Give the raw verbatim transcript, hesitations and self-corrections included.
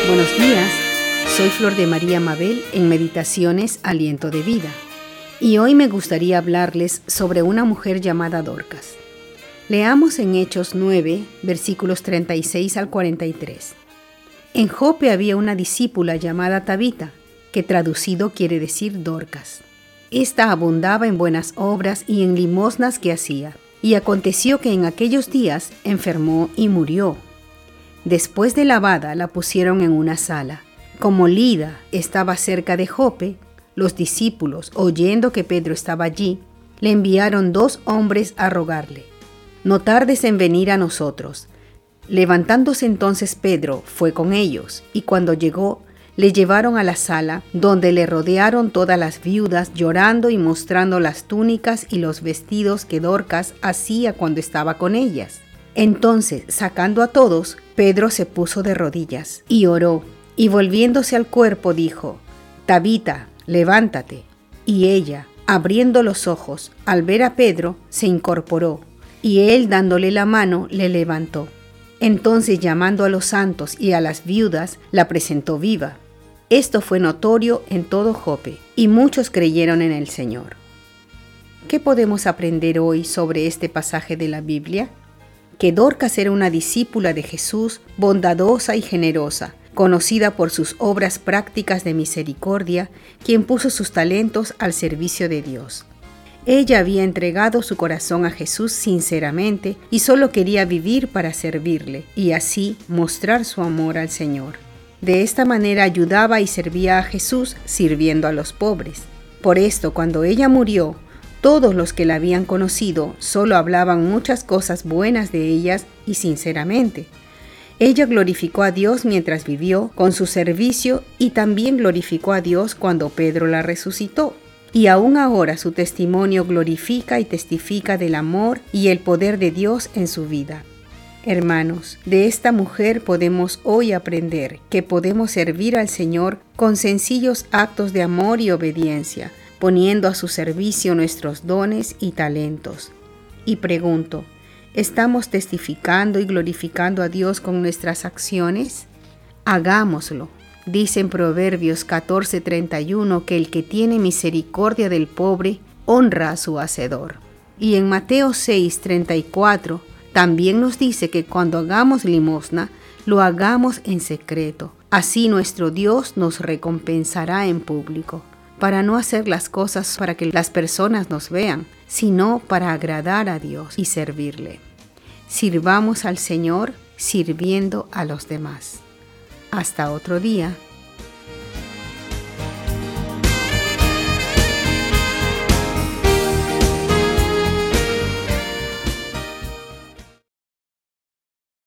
Buenos días, soy Flor de María Mabel en Meditaciones Aliento de Vida y hoy me gustaría hablarles sobre una mujer llamada Dorcas. Leamos en Hechos nueve, versículos treinta y seis al cuarenta y tres. En Jope había una discípula llamada Tabita, que traducido quiere decir Dorcas. Esta abundaba en buenas obras y en limosnas que hacía, y aconteció que en aquellos días enfermó y murió. Después de lavada la pusieron en una sala. Como Lida estaba cerca de Jope, los discípulos, oyendo que Pedro estaba allí, le enviaron dos hombres a rogarle: «No tardes en venir a nosotros». Levantándose entonces Pedro fue con ellos, y cuando llegó, le llevaron a la sala, donde le rodearon todas las viudas, llorando y mostrando las túnicas y los vestidos que Dorcas hacía cuando estaba con ellas. Entonces, sacando a todos, Pedro se puso de rodillas y oró, y volviéndose al cuerpo dijo: «Tabita, levántate». Y ella, abriendo los ojos, al ver a Pedro, se incorporó, y él, dándole la mano, le levantó. Entonces, llamando a los santos y a las viudas, la presentó viva. Esto fue notorio en todo Jope, y muchos creyeron en el Señor. ¿Qué podemos aprender hoy sobre este pasaje de la Biblia? Que Dorcas era una discípula de Jesús, bondadosa y generosa, conocida por sus obras prácticas de misericordia, quien puso sus talentos al servicio de Dios. Ella había entregado su corazón a Jesús sinceramente y solo quería vivir para servirle y así mostrar su amor al Señor. De esta manera ayudaba y servía a Jesús sirviendo a los pobres. Por esto, cuando ella murió, todos los que la habían conocido solo hablaban muchas cosas buenas de ellas y sinceramente. Ella glorificó a Dios mientras vivió con su servicio y también glorificó a Dios cuando Pedro la resucitó. Y aún ahora su testimonio glorifica y testifica del amor y el poder de Dios en su vida. Hermanos, de esta mujer podemos hoy aprender que podemos servir al Señor con sencillos actos de amor y obediencia, poniendo a su servicio nuestros dones y talentos. Y pregunto, ¿estamos testificando y glorificando a Dios con nuestras acciones? Hagámoslo. Dice en Proverbios catorce treinta y uno que el que tiene misericordia del pobre honra a su hacedor. Y en Mateo seis treinta y cuatro también nos dice que cuando hagamos limosna, lo hagamos en secreto. Así nuestro Dios nos recompensará en público. Para no hacer las cosas para que las personas nos vean, sino para agradar a Dios y servirle. Sirvamos al Señor sirviendo a los demás. Hasta otro día.